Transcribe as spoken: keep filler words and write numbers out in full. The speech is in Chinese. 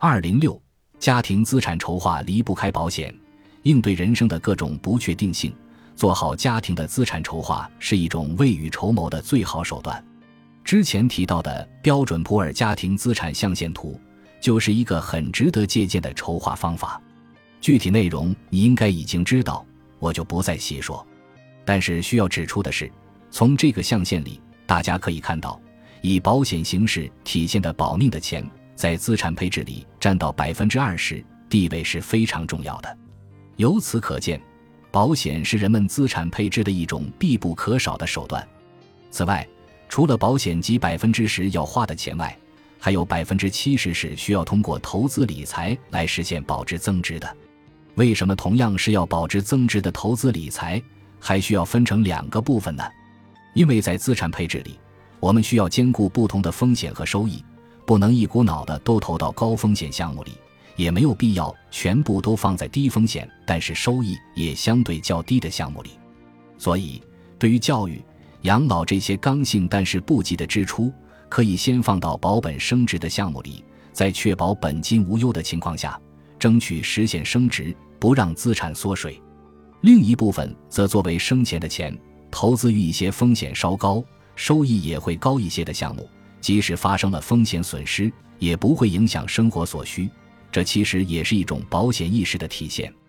二零六家庭资产筹划离不开保险，应对人生的各种不确定性，做好家庭的资产筹划是一种未雨绸缪的最好手段。之前提到的标准普尔家庭资产象限图就是一个很值得借鉴的筹划方法。具体内容你应该已经知道，我就不再细说。但是需要指出的是，从这个象限里大家可以看到，以保险形式体现的保命的钱在资产配置里占到 百分之二十， 地位是非常重要的。由此可见，保险是人们资产配置的一种必不可少的手段。此外，除了保险及 百分之十 要花的钱外，还有 百分之七十 是需要通过投资理财来实现保值增值的。为什么同样是要保值增值的投资理财还需要分成两个部分呢？因为在资产配置里，我们需要兼顾不同的风险和收益，不能一股脑的都投到高风险项目里，也没有必要全部都放在低风险但是收益也相对较低的项目里。所以对于教育、养老这些刚性但是不急的支出，可以先放到保本升值的项目里，在确保本金无忧的情况下，争取实现升值，不让资产缩水。另一部分则作为生钱的钱，投资于一些风险稍高、收益也会高一些的项目，即使发生了风险损失，也不会影响生活所需，这其实也是一种保险意识的体现。